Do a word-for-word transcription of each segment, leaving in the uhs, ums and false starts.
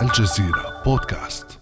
الجزيرة بودكاست.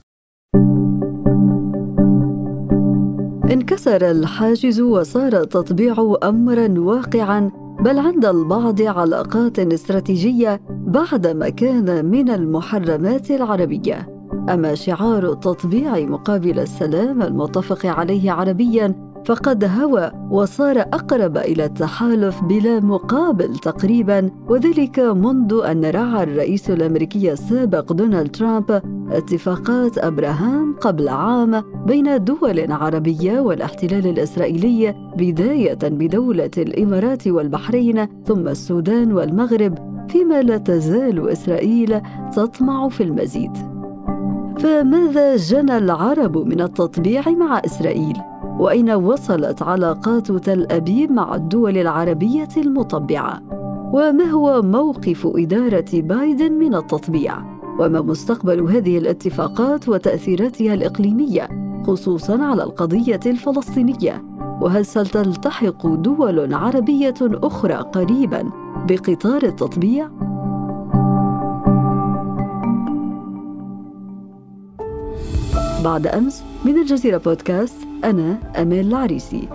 انكسر الحاجز وصار التطبيع أمراً واقعاً، بل عند البعض علاقات استراتيجية بعدما كان من المحرمات العربية. أما شعار التطبيع مقابل السلام المتفق عليه عربياً فقد هوى وصار أقرب إلى التحالف بلا مقابل تقريباً، وذلك منذ أن رعى الرئيس الأمريكي السابق دونالد ترامب اتفاقات أبراهام قبل عام بين دول عربية والاحتلال الإسرائيلي، بداية بدولة الإمارات والبحرين ثم السودان والمغرب، فيما لا تزال إسرائيل تطمع في المزيد. فماذا جنى العرب من التطبيع مع إسرائيل؟ وأين وصلت علاقات تل أبيب مع الدول العربية المطبعة؟ وما هو موقف إدارة بايدن من التطبيع؟ وما مستقبل هذه الاتفاقات وتأثيراتها الإقليمية خصوصاً على القضية الفلسطينية؟ وهل ستلتحق دول عربية أخرى قريباً بقطار التطبيع؟ بعد أمس من الجزيرة بودكاست، أنا أمال العريسي.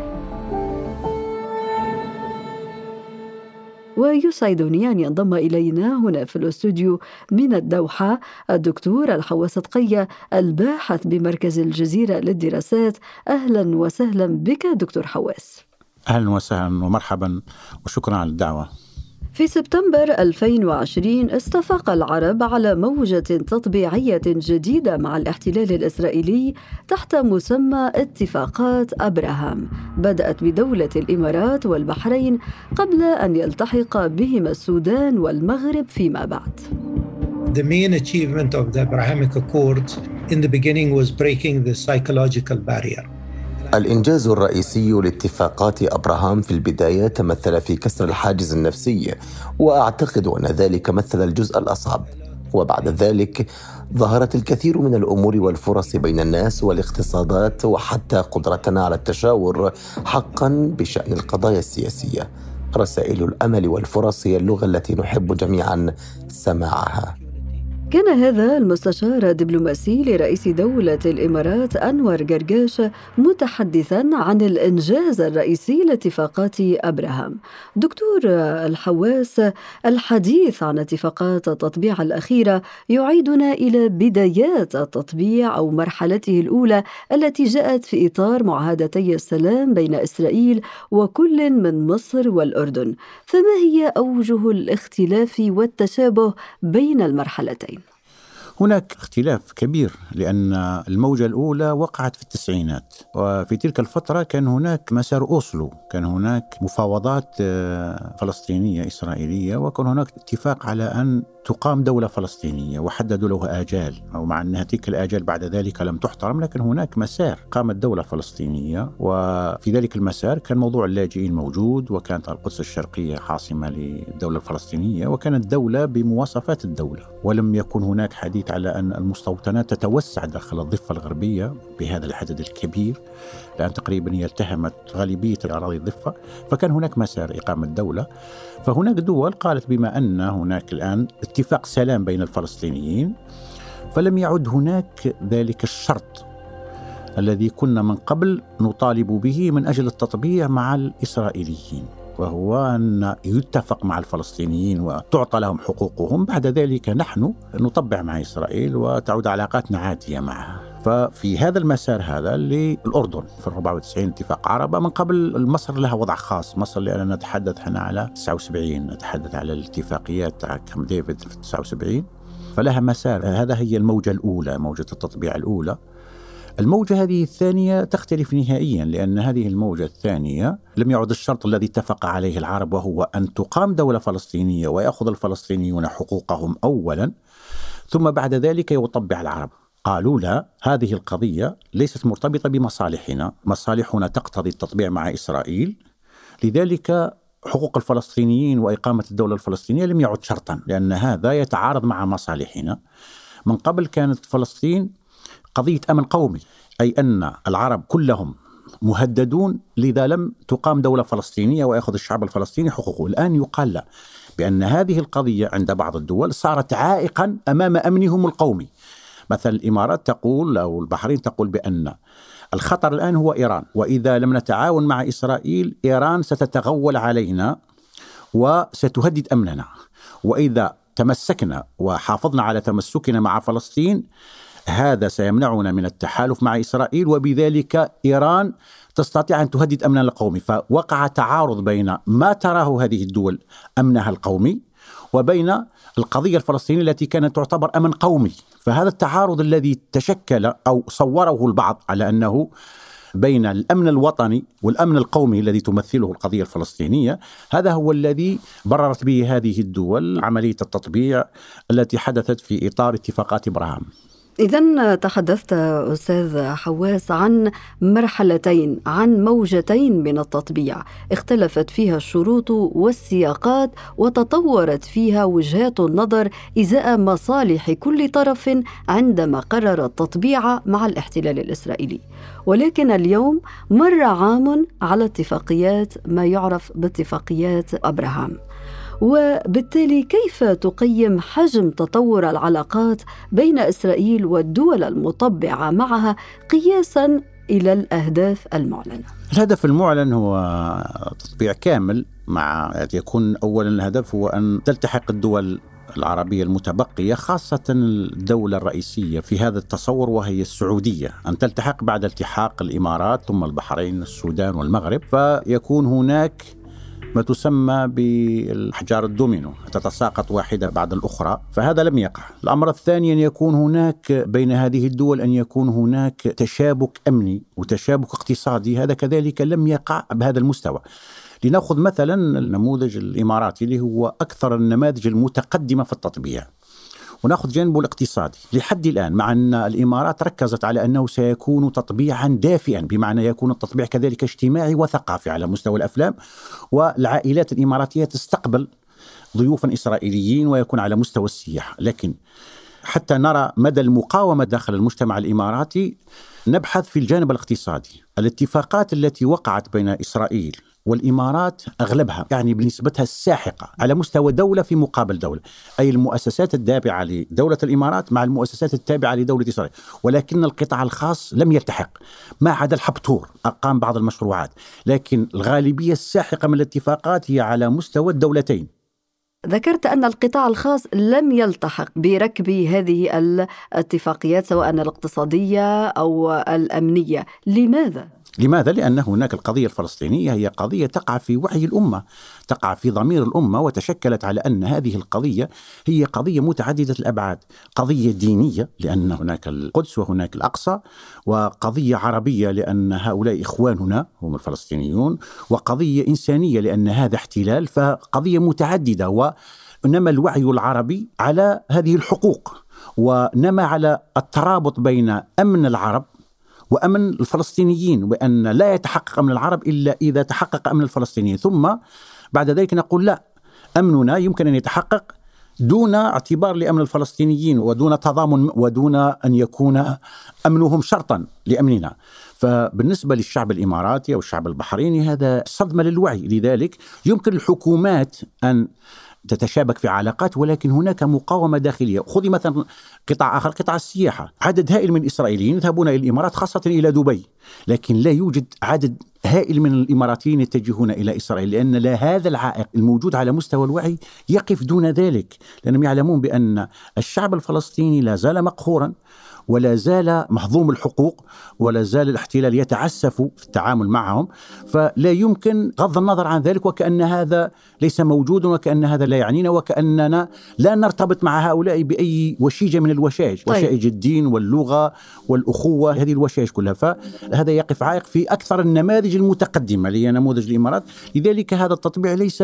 ويسعدني أن ينضم إلينا هنا في الاستوديو من الدوحة الدكتور الحواس تقية، الباحث بمركز الجزيرة للدراسات. أهلا وسهلا بك دكتور حواس. أهلا وسهلا ومرحبا وشكرا على الدعوة. في سبتمبر ألفين وعشرين استفاق العرب على موجة تطبيعية جديدة مع الاحتلال الإسرائيلي تحت مسمى اتفاقات أبراهام، بدأت بدولة الإمارات والبحرين قبل أن يلتحق بهما السودان والمغرب فيما بعد. The main achievement of the Abrahamic Accords in the beginning was breaking the psychological barrier. الإنجاز الرئيسي لاتفاقات أبراهام في البداية تمثل في كسر الحاجز النفسي، وأعتقد أن ذلك مثل الجزء الأصعب. وبعد ذلك ظهرت الكثير من الأمور والفرص بين الناس والاقتصادات، وحتى قدرتنا على التشاور حقاً بشأن القضايا السياسية. رسائل الأمل والفرص هي اللغة التي نحب جميعاً سماعها. كان هذا المستشار الدبلوماسي لرئيس دولة الإمارات أنور قرقاش متحدثاً عن الإنجاز الرئيسي لاتفاقات أبراهام. دكتور الحواس، الحديث عن اتفاقات التطبيع الأخيرة يعيدنا إلى بدايات التطبيع أو مرحلته الأولى التي جاءت في إطار معاهدتي السلام بين إسرائيل وكل من مصر والأردن، فما هي أوجه الاختلاف والتشابه بين المرحلتين؟ هناك اختلاف كبير، لأن الموجة الأولى وقعت في التسعينات، وفي تلك الفترة كان هناك مسار أوسلو، كان هناك مفاوضات فلسطينية إسرائيلية، وكان هناك اتفاق على أن تقام دولة فلسطينية، وحددوا له آجال، أو مع أن تلك الآجال بعد ذلك لم تحترم، لكن هناك مسار قامت دولة فلسطينية. وفي ذلك المسار كان موضوع اللاجئين موجود، وكانت القدس الشرقية عاصمة للدولة الفلسطينية، وكانت دولة بمواصفات الدولة، ولم يكن هناك حديث على أن المستوطنات تتوسع داخل الضفة الغربية بهذا الحدد الكبير، لأن تقريبا هي التهمت غالبية أراضي الضفة، فكان هناك مسار إقامة دولة. فهناك دول قالت بما أن هناك الآن اتفاق سلام بين الفلسطينيين، فلم يعد هناك ذلك الشرط الذي كنا من قبل نطالب به من أجل التطبيع مع الإسرائيليين، وهو أن يتفق مع الفلسطينيين وتعطى لهم حقوقهم، بعد ذلك نحن نطبع مع إسرائيل وتعود علاقاتنا عادية معها. ففي هذا المسار هذا للأردن في الأربعة وتسعين اتفاق عربة، من قبل مصر لها وضع خاص. مصر لأننا نتحدث هنا على تسعة وسبعين، نتحدث على الاتفاقيات تاع كامب ديفيد في تسعة وسبعين، فلها مسار. هذا هي الموجة الأولى، موجة التطبيع الأولى. الموجة هذه الثانية تختلف نهائيا، لأن هذه الموجة الثانية لم يعد الشرط الذي اتفق عليه العرب، وهو أن تقام دولة فلسطينية ويأخذ الفلسطينيون حقوقهم أولا، ثم بعد ذلك يطبع العرب. قالوا لا، هذه القضية ليست مرتبطة بمصالحنا، مصالحنا تقتضي التطبيع مع إسرائيل، لذلك حقوق الفلسطينيين وإقامة الدولة الفلسطينية لم يعد شرطا، لأن هذا يتعارض مع مصالحنا. من قبل كانت فلسطين قضية أمن قومي، أي أن العرب كلهم مهددون لذا لم تقام دولة فلسطينية ويأخذ الشعب الفلسطيني حقوقه. الآن يقال لا، بأن هذه القضية عند بعض الدول صارت عائقا أمام أمنهم القومي. مثلا الإمارات تقول أو البحرين تقول بأن الخطر الآن هو إيران، وإذا لم نتعاون مع إسرائيل إيران ستتغول علينا وستهدد أمننا، وإذا تمسكنا وحافظنا على تمسكنا مع فلسطين هذا سيمنعنا من التحالف مع إسرائيل، وبذلك إيران تستطيع أن تهدد أمننا القومي. فوقع تعارض بين ما تراه هذه الدول أمنها القومي وبين القضية الفلسطينية التي كانت تعتبر أمن قومي. فهذا التعارض الذي تشكل أو صوره البعض على أنه بين الأمن الوطني والأمن القومي الذي تمثله القضية الفلسطينية، هذا هو الذي بررت به هذه الدول عملية التطبيع التي حدثت في إطار اتفاقات إبراهام. إذن تحدثت أستاذ حواس عن مرحلتين، عن موجتين من التطبيع اختلفت فيها الشروط والسياقات وتطورت فيها وجهات النظر إزاء مصالح كل طرف عندما قرر التطبيع مع الاحتلال الإسرائيلي. ولكن اليوم مر عام على اتفاقيات ما يعرف باتفاقيات أبراهام، وبالتالي كيف تقيم حجم تطور العلاقات بين إسرائيل والدول المطبعة معها قياساً إلى الأهداف المعلنة؟ الهدف المعلن هو تطبيع كامل، مع يكون أولاً الهدف هو أن تلتحق الدول العربية المتبقية، خاصة الدولة الرئيسية في هذا التصور وهي السعودية، أن تلتحق بعد التحاق الإمارات ثم البحرين السودان والمغرب، فيكون هناك ما تسمى بالأحجار الدومينو تتساقط واحدة بعد الأخرى، فهذا لم يقع. الأمر الثاني أن يكون هناك بين هذه الدول أن يكون هناك تشابك أمني وتشابك اقتصادي، هذا كذلك لم يقع بهذا المستوى. لنأخذ مثلا النموذج الإماراتي اللي هو أكثر النماذج المتقدمة في التطبيع، ونأخذ جانبه الاقتصادي. لحد الآن مع أن الإمارات ركزت على أنه سيكون تطبيعا دافئا، بمعنى يكون التطبيع كذلك اجتماعي وثقافي على مستوى الأفلام، والعائلات الإماراتية تستقبل ضيوفا إسرائيليين ويكون على مستوى السياحة. لكن حتى نرى مدى المقاومة داخل المجتمع الإماراتي نبحث في الجانب الاقتصادي. الاتفاقات التي وقعت بين إسرائيل والإمارات أغلبها يعني بنسبتها الساحقة على مستوى دولة في مقابل دولة، أي المؤسسات التابعة لدولة الإمارات مع المؤسسات التابعة لدولة إسرائيل، ولكن القطاع الخاص لم يلتحق، ما عدا الحبتور أقام بعض المشروعات، لكن الغالبية الساحقة من الاتفاقات هي على مستوى الدولتين. ذكرت أن القطاع الخاص لم يلتحق بركب هذه الاتفاقيات سواء الاقتصادية أو الأمنية، لماذا؟ لماذا؟ لأن هناك القضية الفلسطينية هي قضية تقع في وعي الأمة، تقع في ضمير الأمة، وتشكلت على أن هذه القضية هي قضية متعددة الأبعاد، قضية دينية لأن هناك القدس وهناك الأقصى، وقضية عربية لأن هؤلاء إخواننا هم الفلسطينيون، وقضية إنسانية لأن هذا احتلال، فقضية متعددة. ونما الوعي العربي على هذه الحقوق، ونما على الترابط بين أمن العرب وأمن الفلسطينيين، وأن لا يتحقق أمن العرب إلا إذا تحقق أمن الفلسطينيين، ثم بعد ذلك نقول لا، أمننا يمكن أن يتحقق دون اعتبار لأمن الفلسطينيين ودون تضامن ودون أن يكون أمنهم شرطا لأمننا. فبالنسبة للشعب الإماراتي أو الشعب البحريني هذا صدمة للوعي، لذلك يمكن الحكومات أن تتشابك في علاقات، ولكن هناك مقاومة داخلية. خذي مثلا قطاع آخر، قطاع السياحة، عدد هائل من الإسرائيليين يذهبون إلى الإمارات خاصة إلى دبي، لكن لا يوجد عدد هائل من الإماراتيين يتجهون إلى إسرائيل، لأن لا هذا العائق الموجود على مستوى الوعي يقف دون ذلك، لأنهم يعلمون بأن الشعب الفلسطيني لا زال مقهورا ولا زال محظوم الحقوق ولا زال الاحتلال يتعسف في التعامل معهم، فلا يمكن غض النظر عن ذلك وكأن هذا ليس موجود وكأن هذا لا يعنينا وكأننا لا نرتبط مع هؤلاء بأي وشيجة من الوشائج، طيب. وشائج الدين واللغة والأخوة، هذه الوشائج كلها، فهذا يقف عائق في أكثر النماذج المتقدمة اللي هي نموذج الإمارات. لذلك هذا التطبيع ليس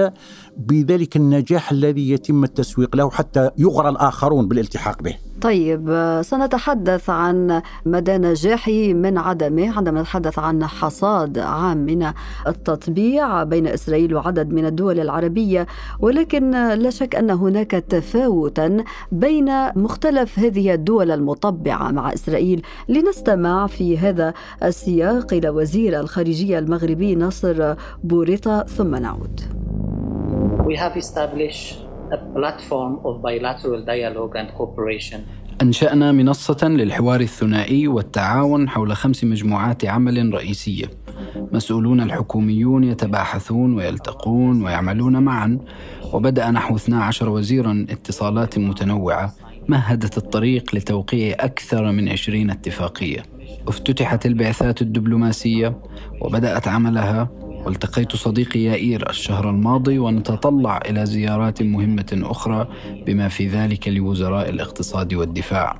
بذلك النجاح الذي يتم التسويق له حتى يغرى الآخرون بالالتحاق به. طيب، سنتحدث عن مدى نجاحه من عدمه عندما نتحدث عن حصاد عام من التطبيع بين إسرائيل وعدد من الدول العربية، ولكن لا شك أن هناك تفاوتا بين مختلف هذه الدول المطبعة مع إسرائيل. لنستمع في هذا السياق إلى وزير الخارجية المغربي ناصر بوريطة ثم نعود. We have established a platform of bilateral dialogue and cooperation. أنشأنا منصة للحوار الثنائي والتعاون حول خمس مجموعات عمل رئيسية. مسؤولون الحكوميون يتباحثون ويلتقون ويعملون معا، وبدأ نحو اثنا عشر وزيرا اتصالات متنوعة مهدت الطريق لتوقيع أكثر من عشرين اتفاقية. افتتحت البعثات الدبلوماسية وبدأت عملها، والتقيت صديقي يائير الشهر الماضي، ونتطلع إلى زيارات مهمة أخرى بما في ذلك لوزراء الاقتصاد والدفاع.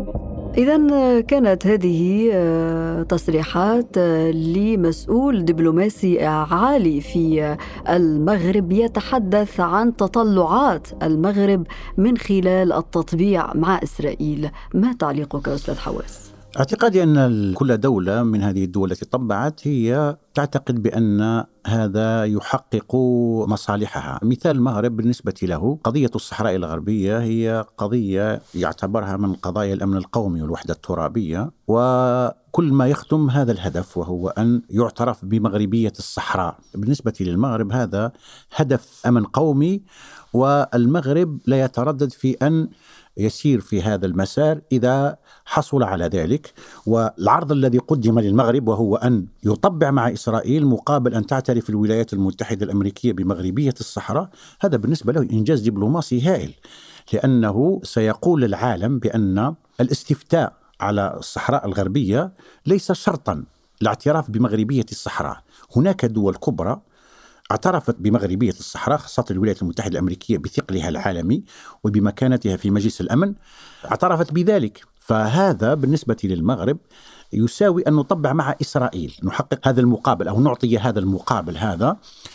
إذن كانت هذه تصريحات لمسؤول دبلوماسي عالي في المغرب يتحدث عن تطلعات المغرب من خلال التطبيع مع إسرائيل. ما تعليقك أستاذ حواس؟ اعتقادي أن كل دولة من هذه الدول التي طبعت هي تعتقد بأن هذا يحقق مصالحها. مثال المغرب بالنسبة له قضية الصحراء الغربية هي قضية يعتبرها من قضايا الأمن القومي والوحدة الترابية، وكل ما يخدم هذا الهدف وهو أن يعترف بمغربية الصحراء. بالنسبة للمغرب هذا هدف أمن قومي، والمغرب لا يتردد في أن يسير في هذا المسار إذا حصل على ذلك. والعرض الذي قدم للمغرب وهو أن يطبع مع إسرائيل مقابل أن تعترف الولايات المتحدة الأمريكية بمغربية الصحراء، هذا بالنسبة له إنجاز دبلوماسي هائل، لأنه سيقول للعالم بأن الاستفتاء على الصحراء الغربية ليس شرطا لاعتراف بمغربية الصحراء. هناك دول كبرى اعترفت بمغربية الصحراء، خاصة الولايات المتحدة الأمريكية بثقلها العالمي وبمكانتها في مجلس الأمن اعترفت بذلك. فهذا بالنسبة للمغرب يساوي أن نطبع مع إسرائيل، نحقق هذا المقابل أو نعطي هذا المقابل هذا.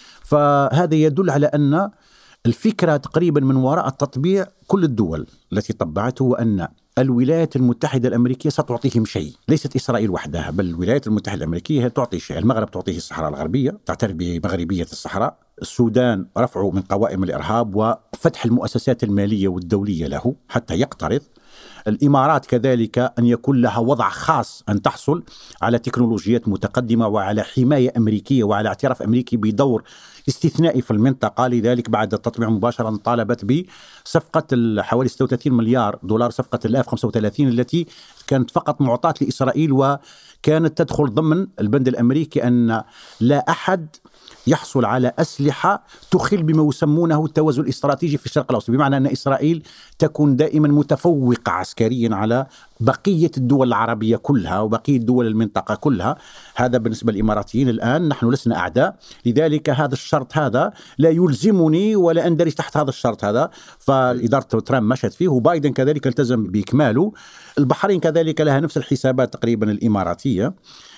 فهذا يدل على أن الفكرة تقريبا من وراء التطبيع كل الدول التي طبعته وأن الولايات المتحدة الأمريكية ستعطيهم شيء، ليست إسرائيل وحدها، بل الولايات المتحدة الأمريكية هي تعطي شيء. المغرب تعطيه الصحراء الغربية، تعترف بمغربية الصحراء. السودان رفعه من قوائم الإرهاب وفتح المؤسسات المالية والدولية له حتى يقترض. الإمارات كذلك أن يكون لها وضع خاص، أن تحصل على تكنولوجيات متقدمة وعلى حماية أمريكية وعلى اعتراف أمريكي بدور استثنائي في المنطقة. لذلك بعد التطبيع مباشرة طالبت بصفقة حوالي ستة وثلاثين مليار دولار، صفقة الآف خمسة وثلاثين التي كانت فقط معطاة لإسرائيل، وكانت تدخل ضمن البند الأمريكي أن لا أحد يحصل على أسلحة تخل بما يسمونه التوازن الاستراتيجي في الشرق الأوسط، بمعنى أن إسرائيل تكون دائما متفوقة عسكريا على بقية الدول العربية كلها وبقية دول المنطقة كلها. هذا بالنسبة للإماراتيين. الآن نحن لسنا أعداء، لذلك هذا الشرط هذا لا يلزمني ولا أندرج تحت هذا الشرط هذا. فإدارة ترامب مشت فيه، وبايدن كذلك التزم بإكماله. البحرين كذلك لها نفس الحسابات تقريبا الإماراتية.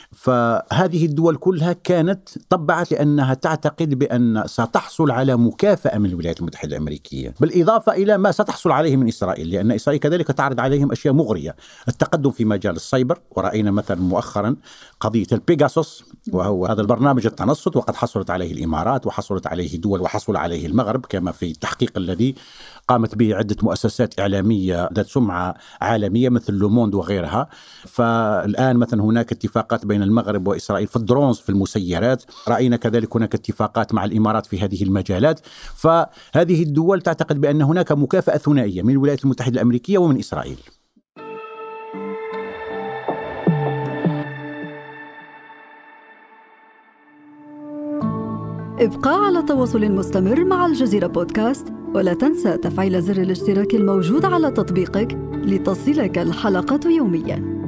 فهذه الدول كلها كانت طبعت لأنها تعتقد بأن ستحصل على مكافأة من الولايات المتحدة الأمريكية، بالإضافة إلى ما ستحصل عليه من إسرائيل، لأن إسرائيل كذلك تعرض عليهم أشياء مغرية. التقدم في مجال السايبر، ورأينا مثلا مؤخرا قضية البيغاسوس، وهو هذا البرنامج التنصت، وقد حصلت عليه الإمارات وحصلت عليه دول وحصل عليه المغرب، كما في التحقيق الذي قامت به عدة مؤسسات إعلامية ذات سمعة عالمية مثل لوموند وغيرها. فالآن مثلا هناك اتفاقات بين المغرب وإسرائيل في الدرونز في المسيرات، رأينا كذلك هناك اتفاقات مع الإمارات في هذه المجالات. فهذه الدول تعتقد بأن هناك مكافأة ثنائية من الولايات المتحدة الأمريكية ومن إسرائيل. ابقى على تواصل مستمر مع الجزيرة بودكاست، ولا تنسى تفعيل زر الاشتراك الموجود على تطبيقك لتصلك الحلقة يومياً.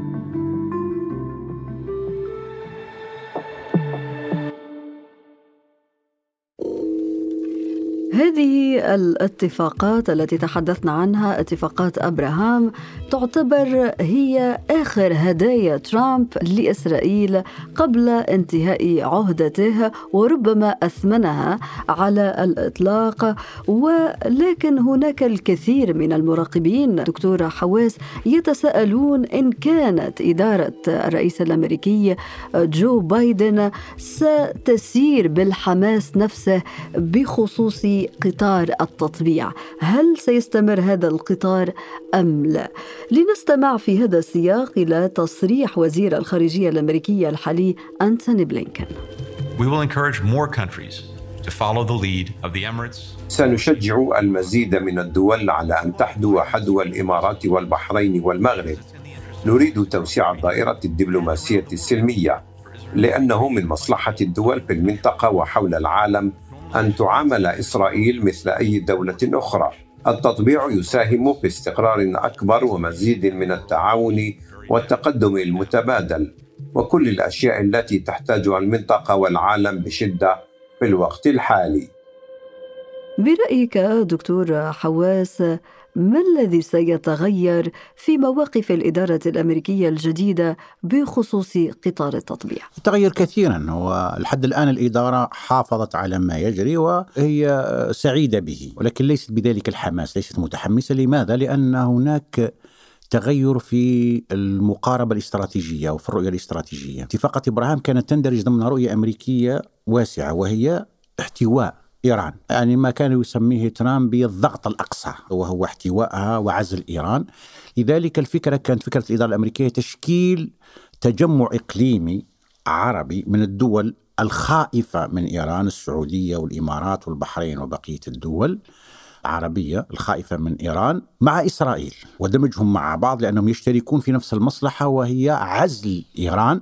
هذه الاتفاقات التي تحدثنا عنها، اتفاقات أبراهام، تعتبر هي آخر هدايا ترامب لإسرائيل قبل انتهاء عهدته، وربما أثمنها على الإطلاق. ولكن هناك الكثير من المراقبين دكتور حواس يتساءلون إن كانت إدارة الرئيس الأمريكي جو بايدن ستسير بالحماس نفسه بخصوص قطار التطبيع، هل سيستمر هذا القطار أم لا؟ لنستمع في هذا السياق إلى تصريح وزير الخارجية الأمريكية الحالي أنتوني بلينكن. We will encourage more countries to follow the lead of the Emirates. سنشجع المزيد من الدول على أن تحذو حذو الإمارات والبحرين والمغرب. نريد توسيع الدائرة الدبلوماسية السلمية، لأنه من مصلحة الدول في المنطقة وحول العالم أن تعامل إسرائيل مثل أي دولة أخرى. التطبيع يساهم في استقرار أكبر ومزيد من التعاون والتقدم المتبادل وكل الأشياء التي تحتاجها المنطقة والعالم بشدة في الوقت الحالي. برأيك دكتور حواس، ما الذي سيتغير في مواقف الإدارة الأمريكية الجديدة بخصوص قطار التطبيع؟ تغير كثيرا، ولحد الآن الإدارة حافظت على ما يجري وهي سعيدة به، ولكن ليست بذلك الحماس، ليست متحمسة. لماذا؟ لأن هناك تغير في المقاربة الاستراتيجية وفي الرؤية الاستراتيجية. اتفاقية إبراهام كانت تندرج ضمن رؤية أمريكية واسعة، وهي احتواء إيران، يعني ما كان يسميه ترامب بالضغط الأقصى، وهو احتوائها وعزل إيران. لذلك الفكرة كانت فكرة الإدارة الأمريكية تشكيل تجمع إقليمي عربي من الدول الخائفة من إيران، السعودية والإمارات والبحرين وبقية الدول عربية الخائفة من إيران، مع إسرائيل، ودمجهم مع بعض لأنهم يشتركون في نفس المصلحة وهي عزل إيران.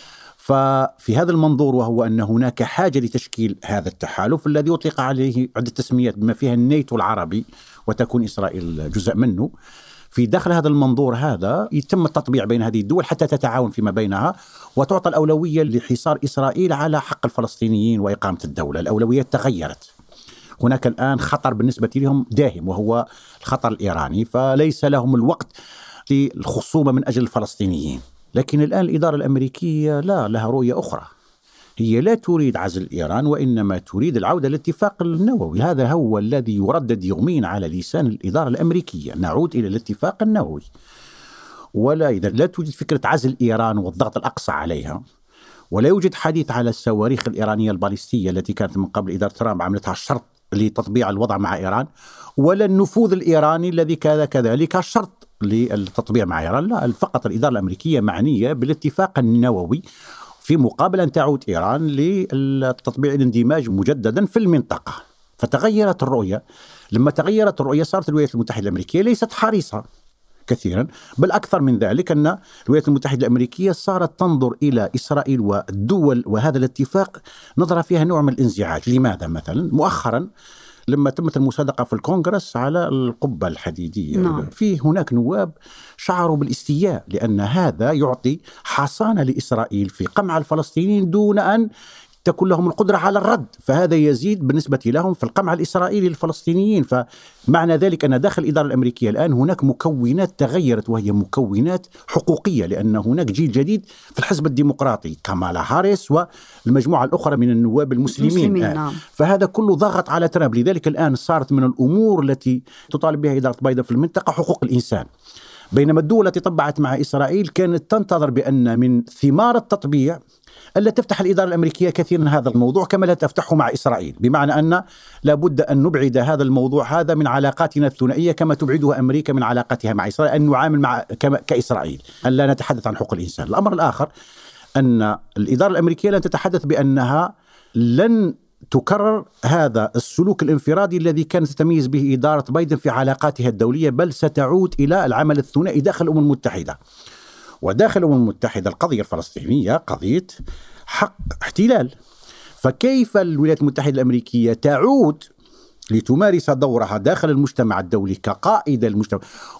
ففي هذا المنظور، وهو أن هناك حاجة لتشكيل هذا التحالف الذي أطلق عليه عدة تسميات بما فيها الناتو العربي، وتكون إسرائيل جزء منه. في داخل هذا المنظور هذا يتم التطبيع بين هذه الدول حتى تتعاون فيما بينها، وتعطى الأولوية لحصار إسرائيل على حق الفلسطينيين وإقامة الدولة. الأولويات تغيرت، هناك الآن خطر بالنسبة لهم داهم وهو الخطر الإيراني، فليس لهم الوقت للخصومة من أجل الفلسطينيين. لكن الآن الإدارة الأمريكية لا لها رؤية أخرى، هي لا تريد عزل إيران وإنما تريد العودة للاتفاق النووي. هذا هو الذي يردد يومين على لسان الإدارة الأمريكية، نعود إلى الاتفاق النووي. ولا إذا لا توجد فكرة عزل إيران والضغط الأقصى عليها، ولا يوجد حديث على الصواريخ الإيرانية الباليستية التي كانت من قبل إدارة ترامب عملتها الشرط لتطبيع الوضع مع إيران، ولا النفوذ الإيراني الذي كان كذلك شرط للتطبيع مع إيران. لا، فقط الإدارة الأمريكية معنية بالاتفاق النووي في مقابل أن تعود إيران للتطبيع الاندماج مجددا في المنطقة. فتغيرت الرؤية. لما تغيرت الرؤية صارت الولايات المتحدة الأمريكية ليست حريصة كثيرا، بل أكثر من ذلك، أن الولايات المتحدة الأمريكية صارت تنظر إلى إسرائيل والدول وهذا الاتفاق نظر فيها نوع من الانزعاج. لماذا؟ مثلا مؤخرا لما تمت المصادقة في الكونغرس على القبة الحديدية، نعم. في هناك نواب شعروا بالاستياء، لأن هذا يعطي حصانة لإسرائيل في قمع الفلسطينيين دون أن تكون لهم القدرة على الرد، فهذا يزيد بالنسبة لهم في القمع الإسرائيلي للفلسطينيين. فمعنى ذلك أن داخل الإدارة الأمريكية الآن هناك مكونات تغيرت، وهي مكونات حقوقية، لأن هناك جيل جديد في الحزب الديمقراطي، كامالا هاريس والمجموعة الأخرى من النواب المسلمين. آه. نعم. فهذا كله ضغط على ترامب. لذلك الآن صارت من الأمور التي تطالب بها إدارة بايدن في المنطقة حقوق الإنسان، بينما الدول التي طبعت مع إسرائيل كانت تنتظر بأن من ثمار التطبيع ألا تفتح الإدارة الأمريكية كثيرا هذا الموضوع كما لا تفتحه مع إسرائيل، بمعنى أن لابد أن نبعد هذا الموضوع هذا من علاقاتنا الثنائية كما تبعده أمريكا من علاقتها مع إسرائيل، أن نعامل مع كإسرائيل، أن لا نتحدث عن حقوق الإنسان. الأمر الآخر أن الإدارة الأمريكية لن تتحدث بأنها لن تكرر هذا السلوك الانفرادي الذي كانت تتميز به إدارة بايدن في علاقاتها الدولية، بل ستعود إلى العمل الثنائي داخل الأمم المتحدة. وداخل الأمم المتحدة القضية الفلسطينية قضية حق احتلال، فكيف الولايات المتحدة الأمريكية تعود لتمارس دورها داخل المجتمع الدولي كقائدة المجتمع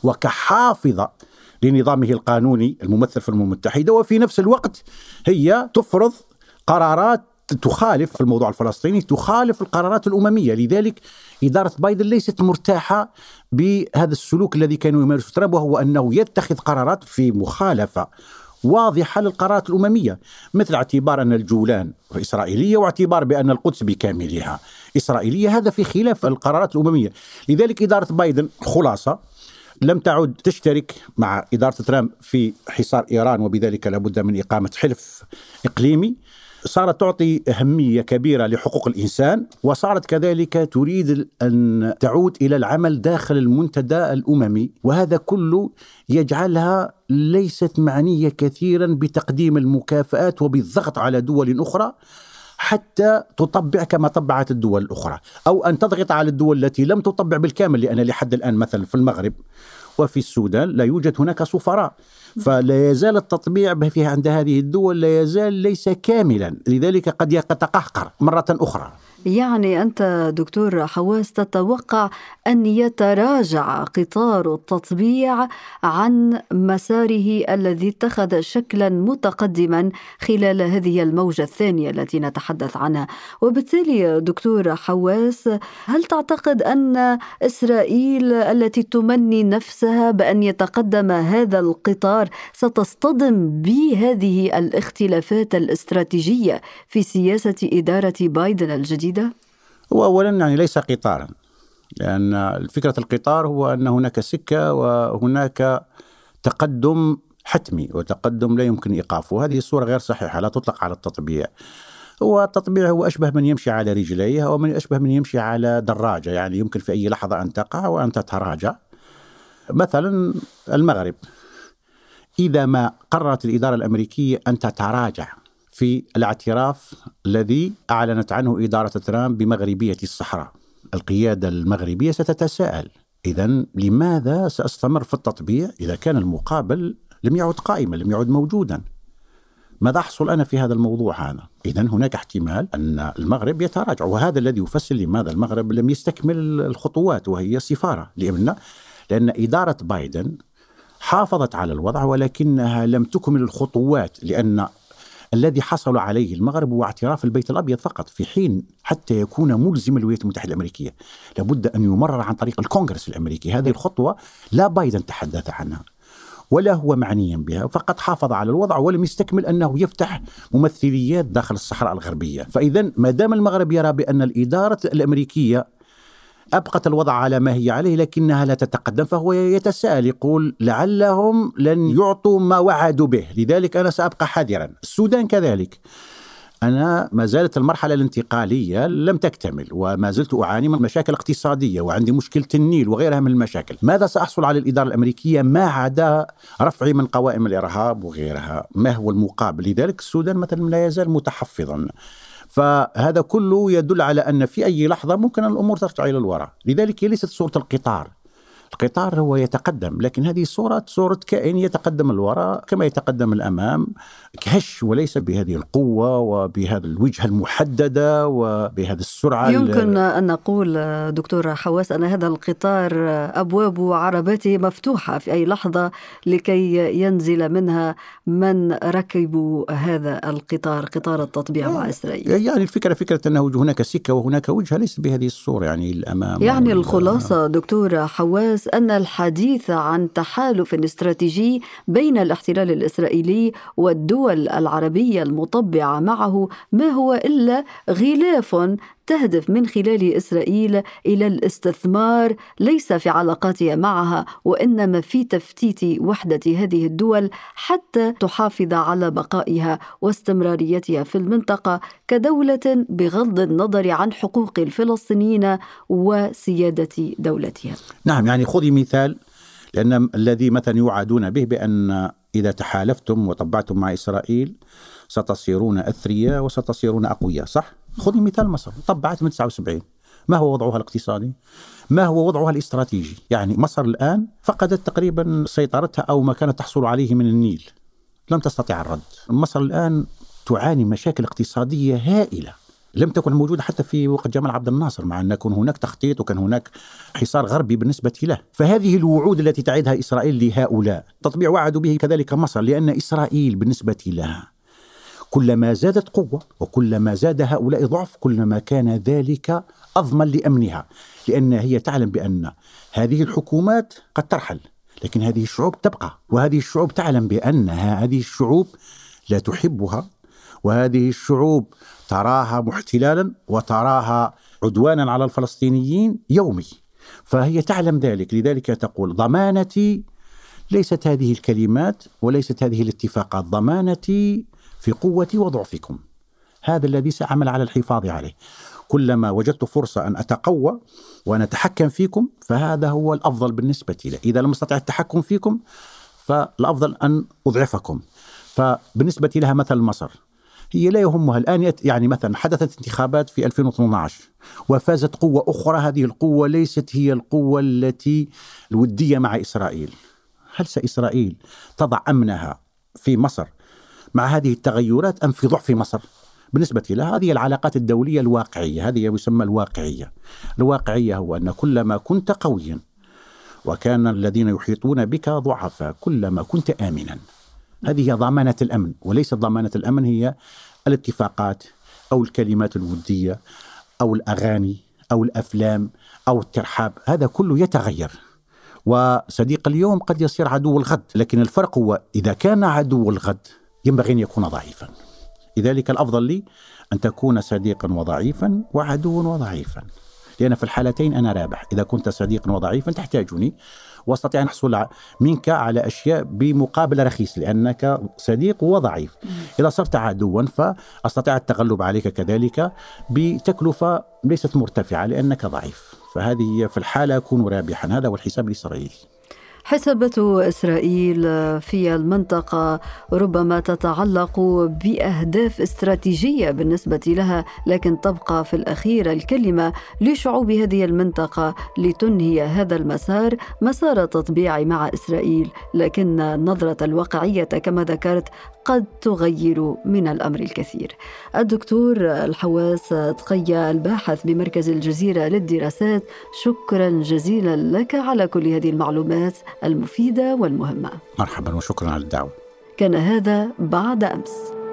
وكحافظة لنظامه القانوني الممثل في الأمم المتحدة، وفي نفس الوقت هي تفرض قرارات تخالف في الموضوع الفلسطيني، تخالف القرارات الأممية. لذلك إدارة بايدن ليست مرتاحة بهذا السلوك الذي كانوا يمارسه ترامب، وهو أنه يتخذ قرارات في مخالفة واضحة للقرارات الأممية، مثل اعتبار أن الجولان إسرائيلية واعتبار بأن القدس بكاملها إسرائيلية، هذا في خلاف القرارات الأممية. لذلك إدارة بايدن خلاصة لم تعد تشترك مع إدارة ترامب في حصار إيران، وبذلك لابد من إقامة حلف إقليمي. صارت تعطي أهمية كبيرة لحقوق الإنسان، وصارت كذلك تريد أن تعود إلى العمل داخل المنتدى الأممي، وهذا كله يجعلها ليست معنية كثيرا بتقديم المكافآت وبالضغط على دول أخرى حتى تطبع كما طبعت الدول الأخرى، أو أن تضغط على الدول التي لم تطبع بالكامل، لأن لحد الآن مثلا في المغرب وفي السودان لا يوجد هناك سفراء، فلا يزال التطبيع في عند هذه الدول لا يزال ليس كاملا، لذلك قد يتقهقر مرة أخرى. يعني أنت دكتور حواس تتوقع أن يتراجع قطار التطبيع عن مساره الذي اتخذ شكلا متقدما خلال هذه الموجة الثانية التي نتحدث عنها، وبالتالي دكتور حواس هل تعتقد أن إسرائيل التي تمني نفسها بأن يتقدم هذا القطار ستصطدم بهذه الاختلافات الاستراتيجية في سياسة إدارة بايدن الجديدة؟ هو أولا يعني ليس قطارا، لأن فكرة القطار هو أن هناك سكة وهناك تقدم حتمي وتقدم لا يمكن إيقافه، وهذه الصورة غير صحيحة، لا تطلق على التطبيع. هو التطبيع هو أشبه من يمشي على رجليه أو من أشبه من يمشي على دراجة، يعني يمكن في أي لحظة أن تقع وأن تتراجع. مثلا المغرب إذا ما قررت الإدارة الأمريكية أن تتراجع في الاعتراف الذي أعلنت عنه إدارة ترامب بمغربية الصحراء، القيادة المغربية ستتساءل إذن لماذا سأستمر في التطبيع إذا كان المقابل لم يعد قائما، لم يعد موجودا؟ ماذا أحصل أنا في هذا الموضوع هذا؟ إذن هناك احتمال أن المغرب يتراجع، وهذا الذي يفسر لماذا المغرب لم يستكمل الخطوات وهي سفارة، لأن لأن إدارة بايدن حافظت على الوضع ولكنها لم تكمل الخطوات، لأن الذي حصل عليه المغرب هو اعتراف البيت الأبيض فقط، في حين حتى يكون ملزم الولايات المتحدة الأمريكية لابد أن يمرر عن طريق الكونغرس الأمريكي. هذه الخطوة لا بايدن تحدث عنها ولا هو معنيا بها، فقط حافظ على الوضع ولم يستكمل أنه يفتح ممثليات داخل الصحراء الغربية. فإذا ما دام المغرب يرى بأن الإدارة الأمريكية أبقت الوضع على ما هي عليه لكنها لا تتقدم، فهو يتساءل يقول لعلهم لن يعطوا ما وعدوا به، لذلك أنا سأبقى حذرا. السودان كذلك، أنا ما زالت المرحلة الانتقالية لم تكتمل وما زلت أعاني من مشاكل اقتصادية وعندي مشكلة النيل وغيرها من المشاكل. ماذا سأحصل على الإدارة الأمريكية ما عدا رفعي من قوائم الإرهاب وغيرها؟ ما هو المقابل؟ لذلك السودان مثلا لا يزال متحفظا. فهذا كله يدل على أن في أي لحظة ممكن الأمور ترجع إلى الوراء. لذلك هي ليست صورة القطار، القطار هو يتقدم، لكن هذه صورة صورة كائن يتقدم الوراء كما يتقدم الأمام كهش، وليس بهذه القوة وبهذا الوجهة المحددة وبهذه السرعة. يمكن أن نقول دكتور حواس أن هذا القطار أبواب عرباته مفتوحة في أي لحظة لكي ينزل منها من ركبوا هذا القطار، قطار التطبيع مع إسرائيل. يعني الفكرة فكرة أنه هناك سكة وهناك وجهة، ليس بهذه الصورة يعني الأمام. يعني الخلاصة دكتور حواس أن الحديث عن تحالف استراتيجي بين الاحتلال الإسرائيلي والدول العربية المطبعة معه ما هو إلا غلاف تهدف من خلال إسرائيل إلى الاستثمار ليس في علاقاتها معها، وإنما في تفتيت وحدة هذه الدول حتى تحافظ على بقائها واستمراريتها في المنطقة كدولة بغض النظر عن حقوق الفلسطينيين وسيادة دولتها. نعم، يعني خذي مثال، لأن الذي مثلا يوعدون به بأن إذا تحالفتم وطبعتم مع إسرائيل ستصيرون أثرياء وستصيرون أقوياء، صح؟ خذي مثال مصر، طبعت من تسعة وسبعين، ما هو وضعها الاقتصادي؟ ما هو وضعها الاستراتيجي؟ يعني مصر الآن فقدت تقريبا سيطرتها أو ما كانت تحصل عليه من النيل، لم تستطيع الرد. مصر الآن تعاني مشاكل اقتصادية هائلة لم تكن موجودة حتى في وقت جمال عبد الناصر، مع أن يكون هناك تخطيط وكان هناك حصار غربي بالنسبة له. فهذه الوعود التي تعيدها إسرائيل لهؤلاء تطبيع وعدوا به كذلك مصر، لأن إسرائيل بالنسبة لها كلما زادت قوة وكلما زاد هؤلاء ضعف كلما كان ذلك أضمن لأمنها، لأن هي تعلم بأن هذه الحكومات قد ترحل لكن هذه الشعوب تبقى، وهذه الشعوب تعلم بأنها هذه الشعوب لا تحبها، وهذه الشعوب تراها محتلالا وتراها عدوانا على الفلسطينيين يومي، فهي تعلم ذلك. لذلك تقول ضمانتي ليست هذه الكلمات وليست هذه الاتفاقات، ضمانتي في قوتي وضعفكم، هذا الذي سأعمل على الحفاظ عليه. كلما وجدت فرصة أن أتقوى وأن أتحكم فيكم فهذا هو الأفضل بالنسبة لي، إذا لم أستطع التحكم فيكم فالأفضل أن أضعفكم. فبالنسبة لها مثل مصر، هي لا يهمها الآن. يعني مثلا حدثت انتخابات في ألفين واثني عشر وفازت قوة أخرى، هذه القوة ليست هي القوة التي الودية مع إسرائيل. هل سإسرائيل تضع أمنها في مصر مع هذه التغيرات أم في ضعف مصر؟ بالنسبة لها هذه العلاقات الدولية الواقعية، هذه يسمى الواقعية. الواقعية هو أن كلما كنت قويا وكان الذين يحيطون بك ضعفاء كلما كنت آمنا. هذه هي ضمانة الأمن، وليس ضمانة الأمن هي الاتفاقات أو الكلمات الودية أو الأغاني أو الأفلام أو الترحاب. هذا كله يتغير، وصديق اليوم قد يصير عدو الغد، لكن الفرق هو إذا كان عدو الغد ينبغي أن يكون ضعيفا. لذلك الأفضل لي أن تكون صديقا وضعيفا وعدوا وضعيفا، لأن في الحالتين أنا رابح. إذا كنت صديقا وضعيفا تحتاجني وأستطيع أن أحصل منك على أشياء بمقابل رخيص لأنك صديق وضعيف. إذا صرت عدوا فأستطيع التغلب عليك كذلك بتكلفة ليست مرتفعة لأنك ضعيف. فهذه في الحالة أكون رابحا. هذا هو الحساب الإسرائيلي. حسابات إسرائيل في المنطقة ربما تتعلق بأهداف استراتيجية بالنسبة لها، لكن تبقى في الأخير الكلمة لشعوب هذه المنطقة لتنهي هذا المسار، مسار التطبيع مع إسرائيل. لكن النظرة الواقعية كما ذكرت قد تغير من الأمر الكثير. الدكتور الحواس تقيا الباحث بمركز الجزيرة للدراسات، شكرا جزيلا لك على كل هذه المعلومات المفيدة والمهمة. مرحبا وشكرا على الدعوة. كان هذا بعد أمس.